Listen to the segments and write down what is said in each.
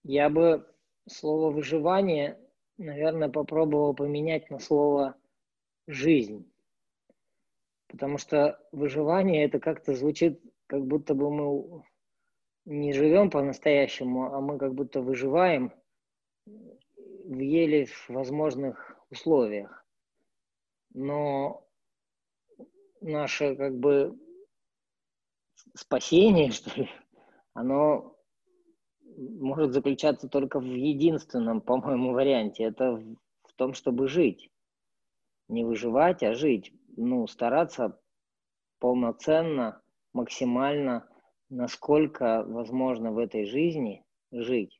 Я бы слово «выживание», наверное, попробовал поменять на слово «жизнь». Потому что выживание это как-то звучит, как будто бы мы не живем по-настоящему, а мы как будто выживаем в еле возможных условиях. Но наше как бы спасение, что ли, оно может заключаться только в единственном, по-моему, варианте. Это в том, чтобы жить. Не выживать, а жить. Ну, стараться полноценно, максимально, насколько возможно в этой жизни жить.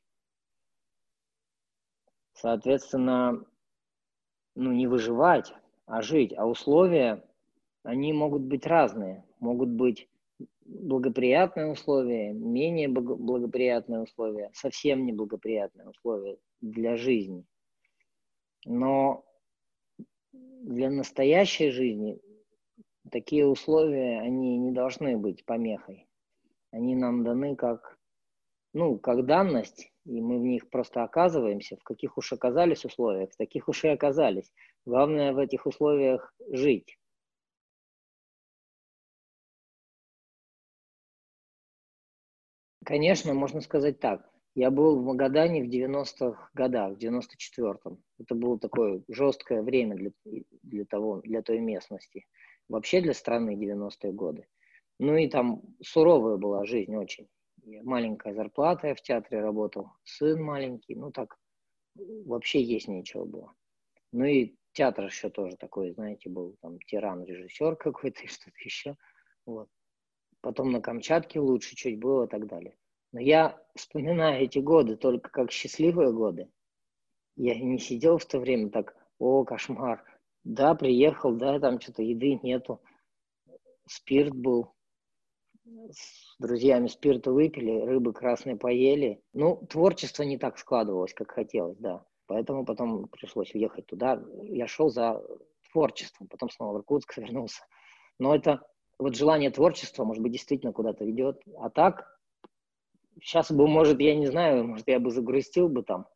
Соответственно, ну, не выживать, а жить. А условия, они могут быть разные. Могут быть благоприятные условия, менее благоприятные условия, совсем неблагоприятные условия для жизни. Но для настоящей жизни такие условия, они не должны быть помехой. Они нам даны как данность, и мы в них просто оказываемся. В каких уж оказались условиях, в таких уж и оказались. Главное в этих условиях жить. Конечно, можно сказать так. Я был в Магадане в 90-х годах, в 94-м. Это было такое жесткое время для той местности. Вообще для страны 90-е годы. Ну и там суровая была жизнь очень. Маленькая зарплата, я в театре работал, сын маленький, ну так, вообще есть нечего было. Ну и театр еще тоже такой, знаете, был там тиран, режиссер какой-то и что-то еще. Вот. Потом на Камчатке лучше чуть было и так далее. Но я вспоминаю эти годы только как счастливые годы. Я не сидел в то время так, о, кошмар. Да, приехал, да, там что-то еды нету. Спирт был. С друзьями спирта выпили, рыбы красной поели. Ну, творчество не так складывалось, как хотелось, да. Поэтому потом пришлось уехать туда. Я шел за творчеством, потом снова в Иркутск вернулся. Но это вот желание творчества, может быть, действительно куда-то ведет. А так, сейчас бы, может, я не знаю, может, я бы загрустил бы там.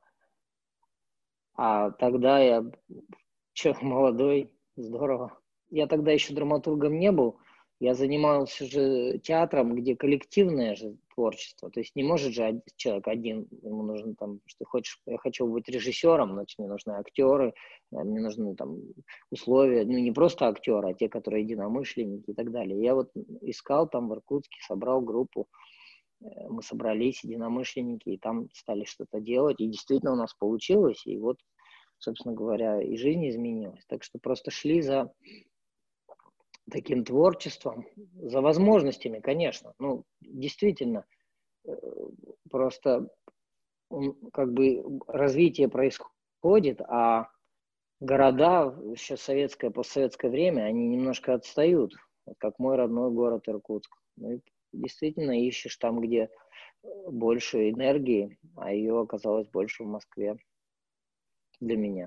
А тогда я молодой, здорово. Я тогда еще драматургом не был. Я занимался же театром, где коллективное же творчество. То есть не может же человек один, ему нужно там, что хочешь, я хочу быть режиссером, значит, мне нужны актеры, мне нужны там условия, ну не просто актеры, а те, которые единомышленники и так далее. Я вот искал там в Иркутске, собрал группу, мы собрались, единомышленники, и там стали что-то делать, и действительно у нас получилось, и вот, собственно говоря, и жизнь изменилась. Так что просто шли за таким творчеством, за возможностями, конечно. Ну, действительно, просто как бы развитие происходит, а города, сейчас советское, постсоветское время, они немножко отстают, как мой родной город Иркутск. Ну, и действительно ищешь там, где больше энергии, а ее оказалось больше в Москве для меня.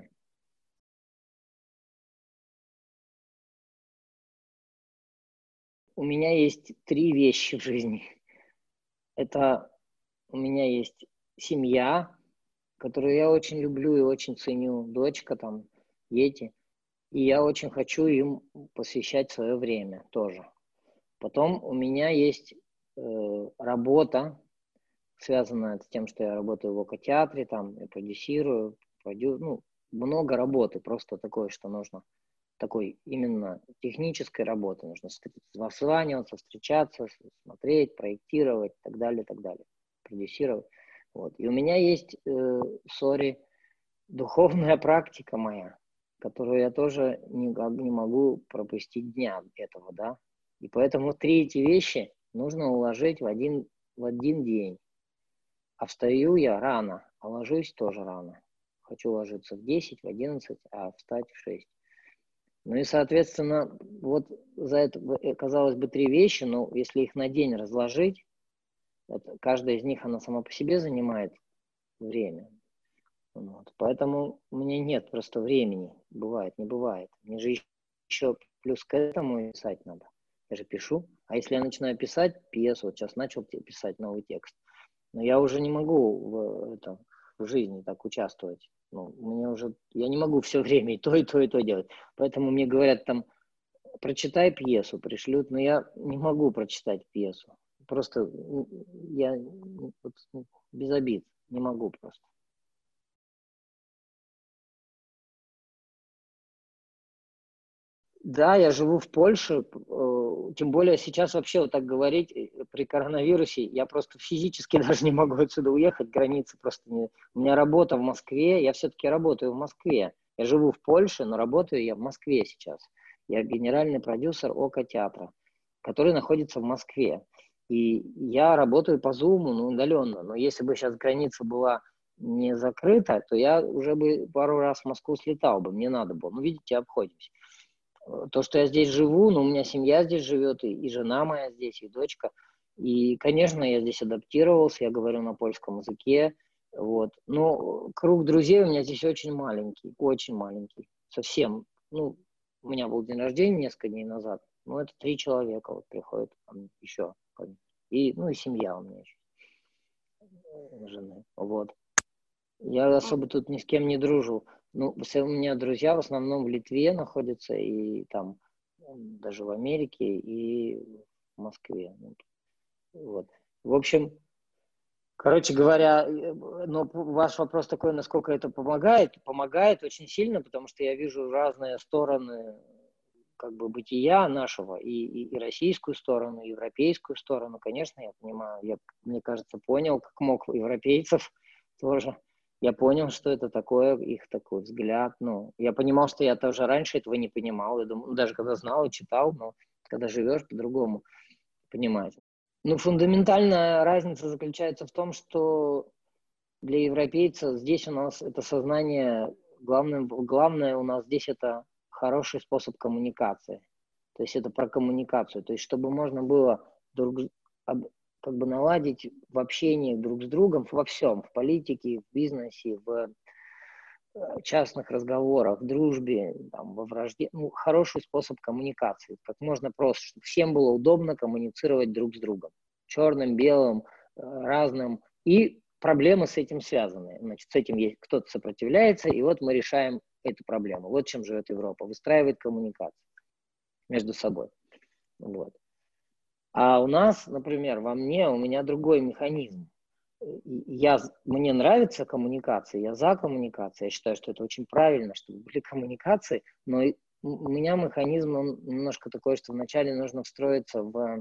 У меня есть 3 вещи в жизни. Это у меня есть семья, которую я очень люблю и очень ценю, дочка там, дети. И я очень хочу им посвящать свое время тоже. Потом у меня есть работа, связанная с тем, что я работаю в Окотеатре, там, я продюсирую, много работы, просто такое, что нужно, такой именно технической работы, нужно созваниваться, встречаться, смотреть, проектировать, так далее, продюсировать. Вот. И у меня есть, духовная практика моя, которую я тоже никак не могу пропустить дня этого, да. И поэтому 3 эти вещи нужно уложить в один день. А встаю я рано, а ложусь тоже рано. Хочу ложиться в 10, в 11, а встать в 6. Ну и, соответственно, вот за это, казалось бы, 3 вещи, но если их на день разложить, каждая из них, она сама по себе занимает время. Вот. Поэтому у меня нет просто времени. Бывает, не бывает. Мне же еще плюс к этому писать надо. Я же пишу. А если я начинаю писать пьесу, вот сейчас начал писать новый текст, Но я уже не могу в жизни так участвовать. Ну, мне уже, я не могу все время и то, и то, и то делать. Поэтому мне говорят там, прочитай пьесу, пришлют, но я не могу прочитать пьесу. Просто я вот, без обид не могу просто. Да, я живу в Польше, тем более сейчас вообще вот так говорить при коронавирусе, я просто физически даже не могу отсюда уехать, границы просто не... У меня работа в Москве, я все-таки работаю в Москве. Я живу в Польше, но работаю я в Москве сейчас. Я генеральный продюсер ОКО театра, который находится в Москве. И я работаю по Zoom, ну, удаленно. Но если бы сейчас граница была не закрыта, то я уже бы пару раз в Москву слетал бы, мне надо было. Ну, видите, обходимся. То, что я здесь живу, но у меня семья здесь живет, и жена моя здесь, и дочка. И, конечно, я здесь адаптировался, я говорю на польском языке. Вот. Но круг друзей у меня здесь очень маленький, совсем. Ну, у меня был день рождения несколько дней назад, ну, это 3 человека вот приходят там еще. И, ну, и семья у меня еще, жены. Вот. Я особо тут ни с кем не дружу. Ну, у меня друзья в основном в Литве находятся, и там даже в Америке, и в Москве. Вот. В общем, короче говоря, но ваш вопрос такой, насколько это помогает? Помогает очень сильно, потому что я вижу разные стороны как бы бытия нашего, и российскую сторону, и европейскую сторону. Конечно, я понимаю, я, мне кажется, понял, как мог европейцев тоже. Я понял, что это такое, их такой взгляд. Ну, я понимал, что я тоже раньше этого не понимал. Я думаю, даже когда знал и читал, но когда живешь по-другому, понимаешь. Ну, фундаментальная разница заключается в том, что для европейца здесь у нас это сознание, главное у нас здесь это хороший способ коммуникации. То есть это про коммуникацию. То есть чтобы можно было как бы наладить в общении друг с другом во всем, в политике, в бизнесе, в частных разговорах, в дружбе, там, во вражде. Ну, хороший способ коммуникации. Как можно просто, чтобы всем было удобно коммуницировать друг с другом. Черным, белым, разным. И проблемы с этим связаны. Значит, с этим есть кто-то сопротивляется, и вот мы решаем эту проблему. Вот чем живет Европа. Выстраивает коммуникацию между собой. Вот. А у нас, например, у меня другой механизм. Мне нравится коммуникация, я за коммуникацию, я считаю, что это очень правильно, чтобы были коммуникации, но у меня механизм он немножко такой, что вначале нужно встроиться в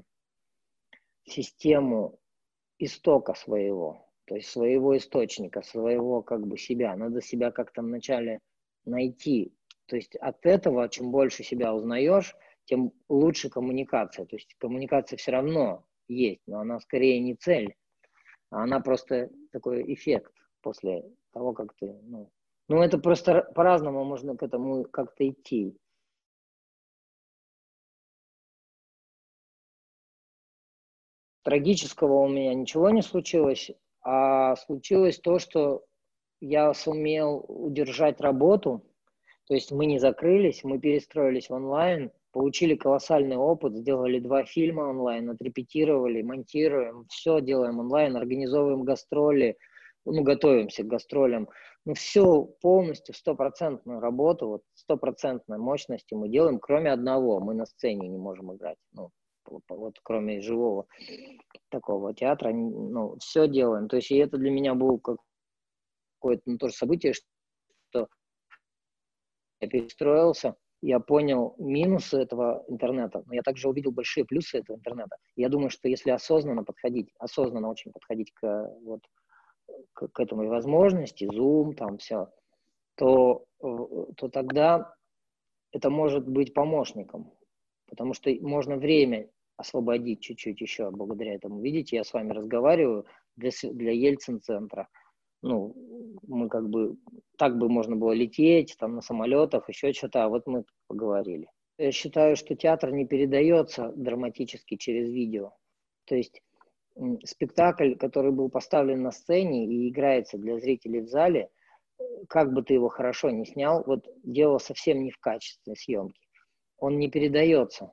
систему истока своего, то есть своего источника, своего как бы себя. Надо себя как-то вначале найти. То есть от этого, чем больше себя узнаешь, тем лучше коммуникация. То есть коммуникация все равно есть, но она скорее не цель, а она просто такой эффект после того, как ты... Ну это просто по-разному можно к этому как-то идти. Трагического у меня ничего не случилось, а случилось то, что я сумел удержать работу, то есть мы не закрылись, мы перестроились в онлайн, получили колоссальный опыт, сделали 2 фильма онлайн, отрепетировали, монтируем, все делаем онлайн, организовываем гастроли, ну, готовимся к гастролям. Ну, все полностью, 100% работу, вот 100% мощности мы делаем, кроме одного, мы на сцене не можем играть, ну, вот кроме живого такого театра, ну, все делаем. То есть и это для меня было какое-то тоже событие, что я перестроился, я понял минусы этого интернета, но я также увидел большие плюсы этого интернета. Я думаю, что если осознанно очень подходить к этому возможности, Zoom, там все, то тогда это может быть помощником, потому что можно время освободить чуть-чуть еще благодаря этому. Видите, я с вами разговариваю для Ельцин-центра. Ну, мы как бы, так бы можно было лететь, там, на самолетах, еще что-то, а вот мы поговорили. Я считаю, что театр не передается драматически через видео. То есть спектакль, который был поставлен на сцене и играется для зрителей в зале, как бы ты его хорошо не снял, вот дело совсем не в качестве съемки. Он не передается,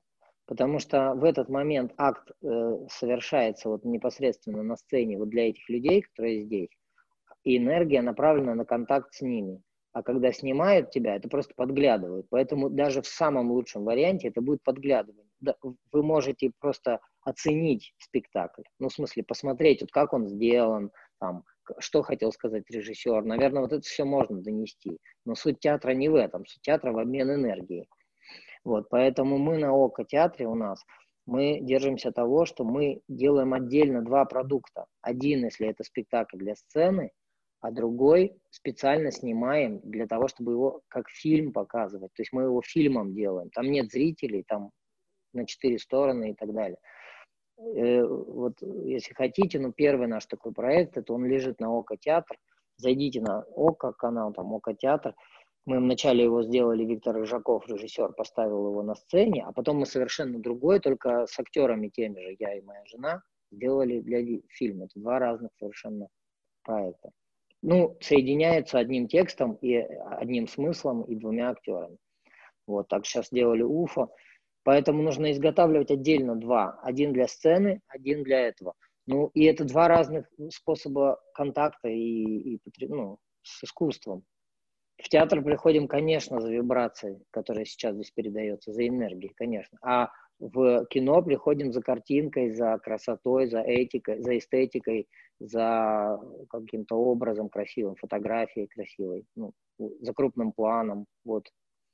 Потому что в этот момент акт совершается вот непосредственно на сцене вот для этих людей, которые здесь, и энергия направлена на контакт с ними. А когда снимают тебя, это просто подглядывают. Поэтому даже в самом лучшем варианте это будет подглядывание. Да, вы можете просто оценить спектакль. Ну, в смысле, посмотреть, вот как он сделан, там, что хотел сказать режиссер. Наверное, вот это все можно донести. Но суть театра не в этом. Суть театра в обмен энергией. Вот, поэтому мы на ОКО театре у нас, мы держимся того, что мы делаем отдельно два продукта. Один, если это спектакль для сцены, а другой специально снимаем для того, чтобы его как фильм показывать. То есть мы его фильмом делаем. Там нет зрителей, там на 4 стороны и так далее. Вот если хотите, ну первый наш такой проект, это он лежит на ОКО театр. Зайдите на ОКО канал, там ОКО театр. Мы вначале его сделали, Виктор Рыжаков, режиссер, поставил его на сцене, а потом мы совершенно другой, только с актерами теми же, я и моя жена, сделали для фильма. Это два разных совершенно проекта. Ну, соединяется одним текстом и одним смыслом и двумя актерами. Вот так сейчас делали УФО. Поэтому нужно изготавливать отдельно два. Один для сцены, один для этого. Ну, и это два разных способа контакта ну, с искусством. В театр приходим, конечно, за вибрацией, которая сейчас здесь передается, за энергией, конечно. А в кино приходим за картинкой, за красотой, за этикой, за эстетикой, за каким-то образом красивым, фотографией красивой, ну, за крупным планом, вот.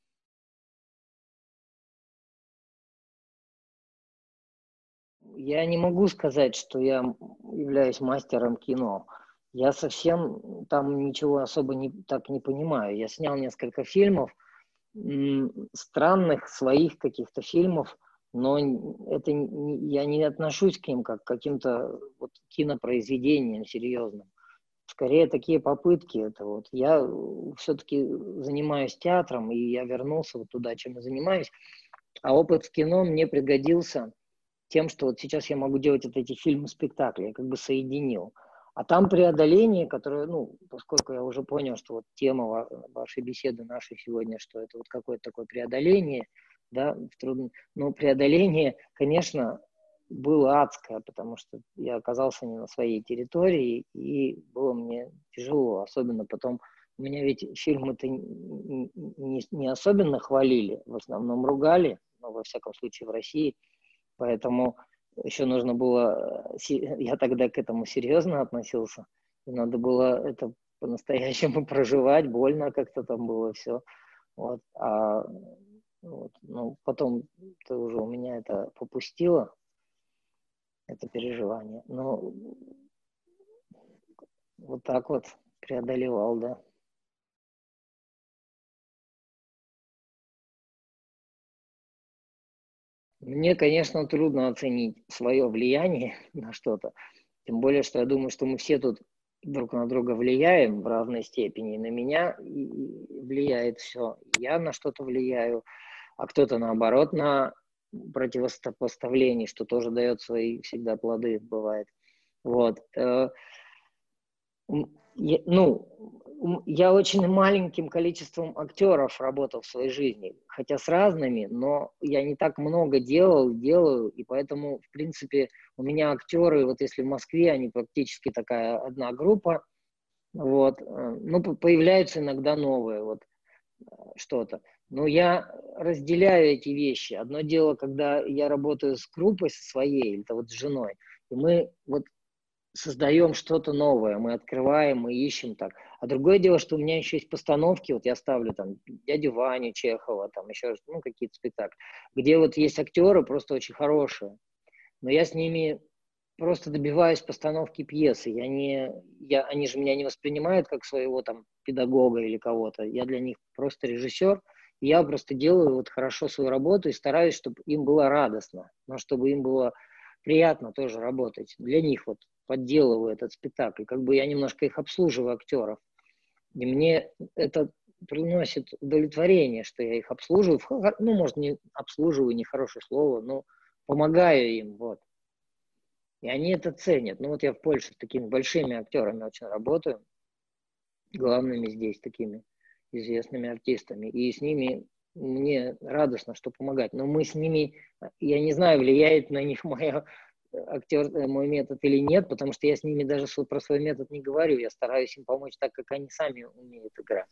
Я не могу сказать, что я являюсь мастером кино. Я совсем там ничего особо так не понимаю. Я снял несколько фильмов, странных своих каких-то фильмов, но это я не отношусь к ним как к каким-то вот кинопроизведениям серьезным. Скорее такие попытки. Это вот я все-таки занимаюсь театром, и я вернулся вот туда, чем я занимаюсь. А опыт в кино мне пригодился тем, что вот сейчас я могу делать вот эти фильмы-спектакли, я как бы соединил. А там преодоление, которое, ну, поскольку я уже понял, что вот тема вашей беседы нашей сегодня, что это вот какое-то такое преодоление, да, но преодоление, конечно, было адское, потому что я оказался не на своей территории, и было мне тяжело, особенно потом, у меня ведь фильмы-то не особенно хвалили, в основном ругали, но во всяком случае в России. Поэтому еще нужно было, я тогда к этому серьезно относился, и надо было это по-настоящему проживать, больно как-то там было все. Вот. Вот, ну, потом ты уже у меня это попустило, это переживание. Но вот так вот преодолевал, да. Мне, конечно, трудно оценить свое влияние на что-то. Тем более, что я думаю, что мы все тут друг на друга влияем в разной степени. И на меня влияет все. Я на что-то влияю, а кто-то наоборот на противопоставление, что тоже дает свои всегда плоды, бывает. Вот. Я очень маленьким количеством актеров работал в своей жизни, хотя с разными, но я не так много делаю, и поэтому, в принципе, у меня актеры, вот если в Москве, они практически такая одна группа, вот, ну, появляются иногда новые, вот, что-то. Но я разделяю эти вещи. Одно дело, когда я работаю с группой со своей, или вот с женой, и мы вот создаем что-то новое, мы открываем, мы ищем так. А другое дело, что у меня еще есть постановки, вот я ставлю там дядю Ваню Чехова, там еще ну, какие-то спектакли, где вот есть актеры просто очень хорошие, но я с ними просто добиваюсь постановки пьесы. Они же меня не воспринимают как своего там педагога или кого-то. Я для них просто режиссер. Я просто делаю вот хорошо свою работу и стараюсь, чтобы им было радостно, но чтобы им было приятно тоже работать. Для них вот подделываю этот спектакль. Как бы я немножко их обслуживаю, актеров. И мне это приносит удовлетворение, что я их обслуживаю. Ну, может, не обслуживаю, нехорошее слово, но помогаю им, вот. И они это ценят. Ну, вот я в Польше с такими большими актерами очень работаю, главными здесь такими известными артистами. И с ними мне радостно, что помогать. Но мы с ними, я не знаю, влияет на них мой метод или нет, потому что я с ними даже про свой метод не говорю. Я стараюсь им помочь так, как они сами умеют играть.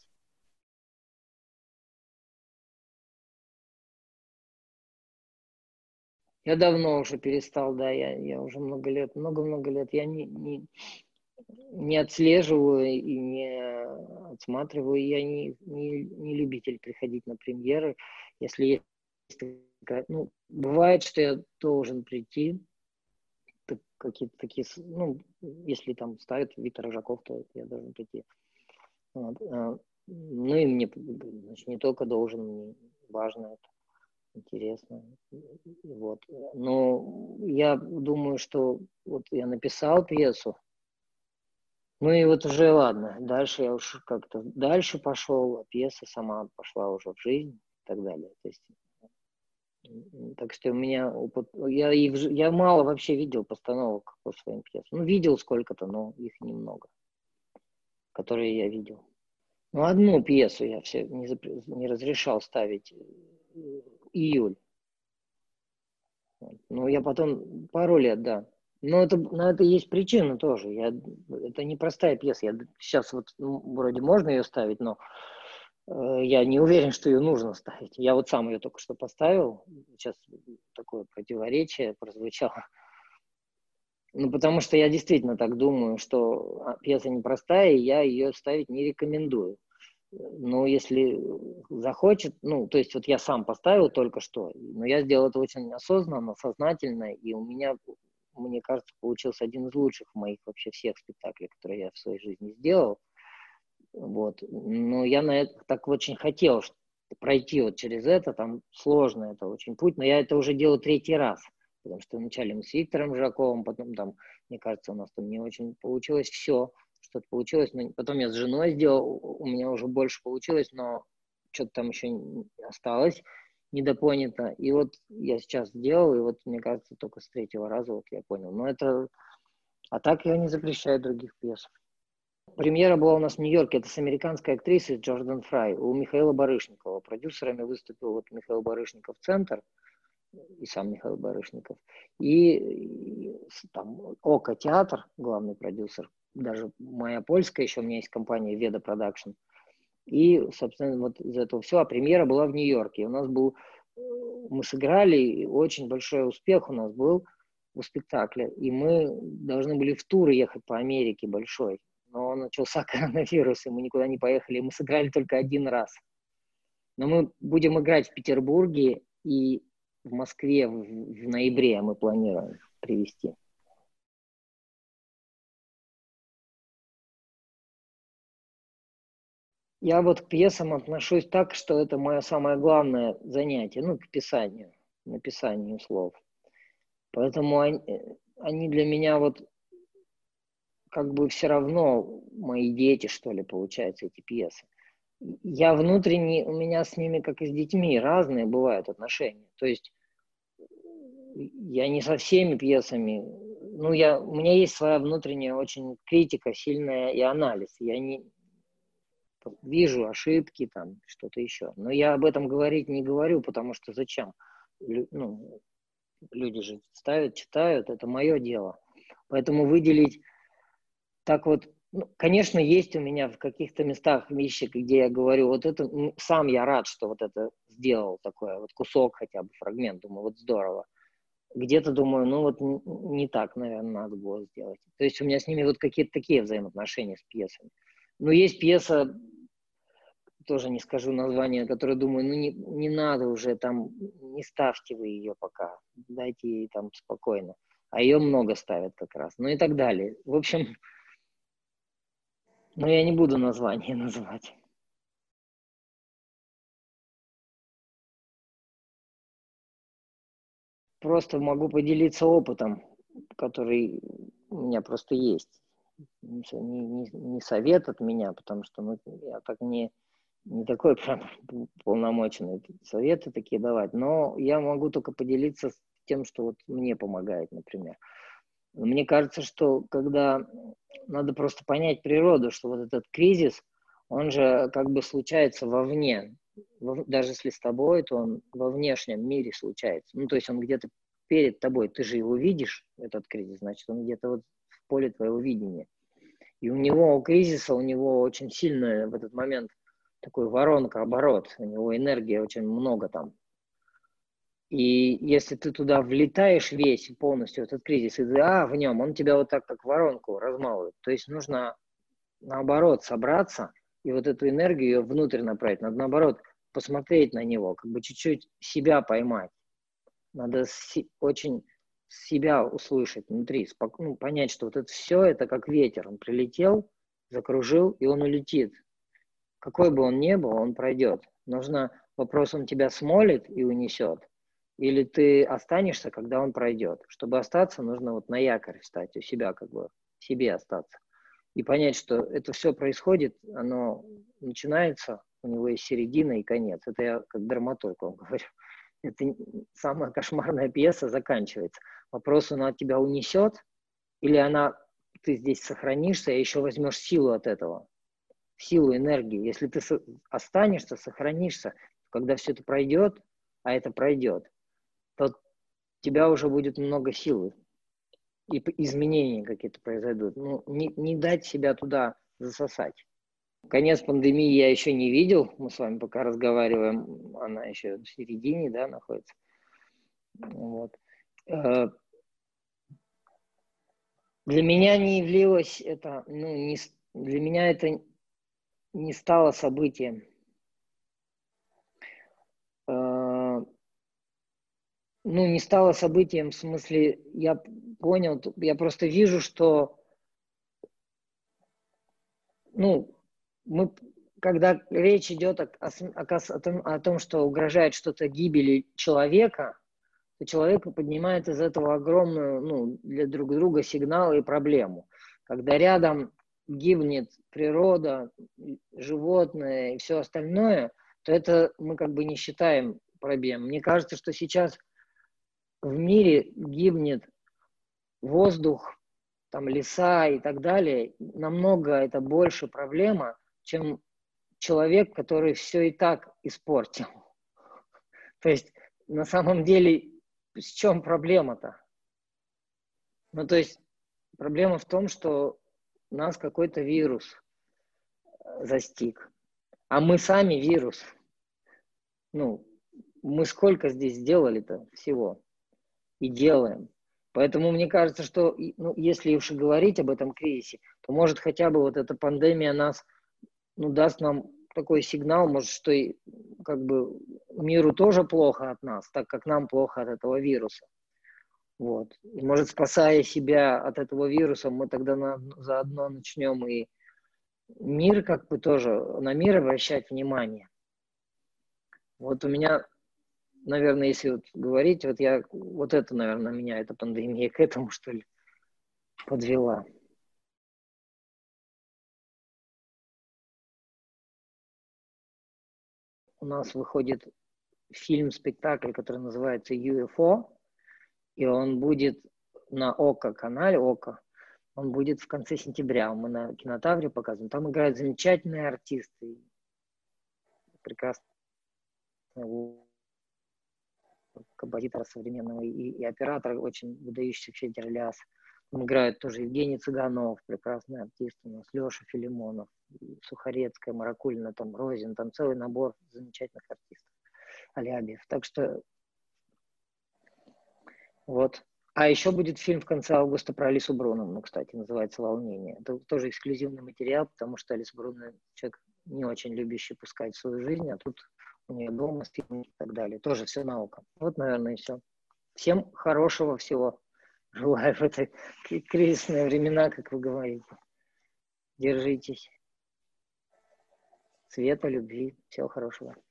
Я давно уже перестал, да, я уже много лет, много-много лет, я не отслеживаю и не отсматриваю, я не любитель приходить на премьеры. Если есть такая, ну, бывает, что я должен прийти, какие-то такие, ну, если там ставят Виктор Жаков, то я должен прийти. Вот. Ну и мне, значит, не только должен, мне важно это, интересно. Вот. Но я думаю, что вот я написал пьесу, ну и вот уже ладно, дальше я уж как-то дальше пошел, а пьеса сама пошла уже в жизнь и так далее. То есть, так что у меня опыт, я мало вообще видел постановок по своим пьесам. Ну, видел сколько-то, но их немного, которые я видел. Ну, одну пьесу я все не разрешал ставить, июль. Ну, я потом пару лет, да. Но на это есть причина тоже. Это непростая пьеса. Сейчас вот вроде можно ее ставить, но я не уверен, что ее нужно ставить. Я вот сам ее только что поставил. Сейчас такое противоречие прозвучало. Ну, потому что я действительно так думаю, что пьеса непростая, и я ее ставить не рекомендую. Но если захочет, ну, то есть вот я сам поставил только что, но я сделал это очень осознанно, сознательно, и у меня, мне кажется, получился один из лучших моих вообще всех спектаклей, которые я в своей жизни сделал. Вот. Но я на это так очень хотел пройти вот через это, там сложно это очень путь, но я это уже делаю третий раз, потому что вначале мы с Виктором Жаковым, потом там, мне кажется, у нас там не очень получилось все, что-то получилось, но потом я с женой сделал, у меня уже больше получилось, но что-то там еще осталось недопонято, и вот я сейчас сделал, и вот мне кажется, только с третьего раза вот я понял, но это, а так я не запрещаю других пьес. Премьера была у нас в Нью-Йорке, это с американской актрисой Джордан Фрай, у Михаила Барышникова. Продюсерами выступил вот Михаил Барышников «Центр», и сам Михаил Барышников, и там ОКО театр, главный продюсер, даже моя польская, еще у меня есть компания Веда Продакшн. И, собственно, вот из этого все, а премьера была в Нью-Йорке. И у нас был, мы сыграли, и очень большой успех у нас был у спектакля. И мы должны были в тур ехать по Америке большой. Но начался коронавирус, и мы никуда не поехали. И мы сыграли только один раз. Но мы будем играть в Петербурге и в Москве в ноябре мы планируем привезти. Я вот к пьесам отношусь так, что это мое самое главное занятие, ну, к писанию, написанию слов. Поэтому они для меня вот как бы все равно мои дети, что ли, получается, эти пьесы. Я внутренне, у меня с ними, как и с детьми, разные бывают отношения. То есть я не со всеми пьесами, ну, у меня есть своя внутренняя очень критика сильная и анализ. Я не вижу ошибки, там, что-то еще. Но я об этом говорить не говорю, потому что зачем? Ну, люди же ставят, читают, это мое дело. Поэтому выделить так вот, ну, конечно, есть у меня в каких-то местах вещи, где я говорю, вот это, сам я рад, что вот это сделал такое, вот кусок хотя бы, фрагмент, думаю, вот здорово. Где-то думаю, ну вот не так, наверное, надо было сделать. То есть у меня с ними вот какие-то такие взаимоотношения с пьесами. Но есть пьеса, тоже не скажу название, которое думаю, ну не надо уже там, не ставьте вы ее пока, дайте ей там спокойно. А ее много ставят как раз, ну и так далее. В общем, но я не буду название называть. Просто могу поделиться опытом, который у меня просто есть. Не совет от меня, потому что ну, я так не такой прям полномоченный советы такие давать, но я могу только поделиться с тем, что вот мне помогает, например. Мне кажется, что когда надо просто понять природу, что вот этот кризис, он же как бы случается вовне. даже если с тобой, то он во внешнем мире случается. Ну, то есть он где-то перед тобой, ты же его видишь, этот кризис, значит, он где-то вот в поле твоего видения. И у него, у кризиса, у него очень сильная в этот момент такой воронка-оборот, у него энергии очень много там. И если ты туда влетаешь весь полностью, этот кризис, и ты, в нем, он тебя вот так, как воронку размалывает. То есть нужно, наоборот, собраться и вот эту энергию ее внутрь направить. Надо, наоборот, посмотреть на него, как бы чуть-чуть себя поймать. Надо очень себя услышать внутри, понять, что вот это все, это как ветер. Он прилетел, закружил, и он улетит. Какой бы он ни был, он пройдет. Нужно, вопрос, он тебя смолит и унесет, или ты останешься, когда он пройдет. Чтобы остаться, нужно вот на якорь встать, у себя как бы, себе остаться. И понять, что это все происходит, оно начинается, у него есть середина и конец. Это я как драматург вам говорю. Это самая кошмарная пьеса заканчивается. Вопрос, она тебя унесет, или ты здесь сохранишься и еще возьмешь силу от этого, силу, энергии. Если ты останешься, сохранишься, когда все это пройдет, а это пройдет, то у тебя уже будет много силы, и изменения какие-то произойдут. Ну, не дать себя туда засосать. Конец пандемии я еще не видел. Мы с вами пока разговариваем, она еще в середине, да, находится. Вот. Для меня не явилось это, для меня это не стало событием. Не стало событием в смысле, я понял, я просто вижу, что, когда речь идет о том, что угрожает что-то гибели человека, то человек поднимает из этого огромную, для друг друга сигнал и проблему. Когда рядом гибнет природа, животные и все остальное, то это мы как бы не считаем проблемой. Мне кажется, что сейчас в мире гибнет воздух, там леса и так далее. Намного это больше проблема, чем человек, который все и так испортил. То есть на самом деле в чем проблема-то? То есть проблема в том, что нас какой-то вирус застиг, а мы сами вирус. Мы сколько здесь сделали-то всего и делаем. Поэтому мне кажется, что если уж и говорить об этом кризисе, то может хотя бы вот эта пандемия даст нам такой сигнал, может, что и как бы миру тоже плохо от нас, так как нам плохо от этого вируса. Вот. И может, спасая себя от этого вируса, мы тогда заодно начнем и мир как бы тоже, на мир обращать внимание. Вот у меня, наверное, если вот говорить, это, наверное, меня эта пандемия к этому, что ли, подвела. У нас выходит фильм-спектакль, который называется UFO, и он будет на ОКО, канале ОКО. Он будет в конце сентября. Мы на Кинотавре показываем. Там играют замечательные артисты. Прекрасные композитора современного и оператора, очень выдающийся Федор Ляс. Там играют тоже Евгений Цыганов, прекрасный артист у нас, Леша Филимонов, Сухарецкая, Маракулина, там Розин, там целый набор замечательных артистов. Алябьев. Так что вот. А еще будет фильм в конце августа про Алису Бруновну, кстати, называется «Волнение». Это тоже эксклюзивный материал, потому что Алиса Бруновна человек не очень любящий пускать свою жизнь, а тут у нее дома, фильм и так далее. Тоже все наука. Вот, наверное, и все. Всем хорошего всего. Желаю в эти кризисные времена, как вы говорите. Держитесь. Света, любви. Всего хорошего.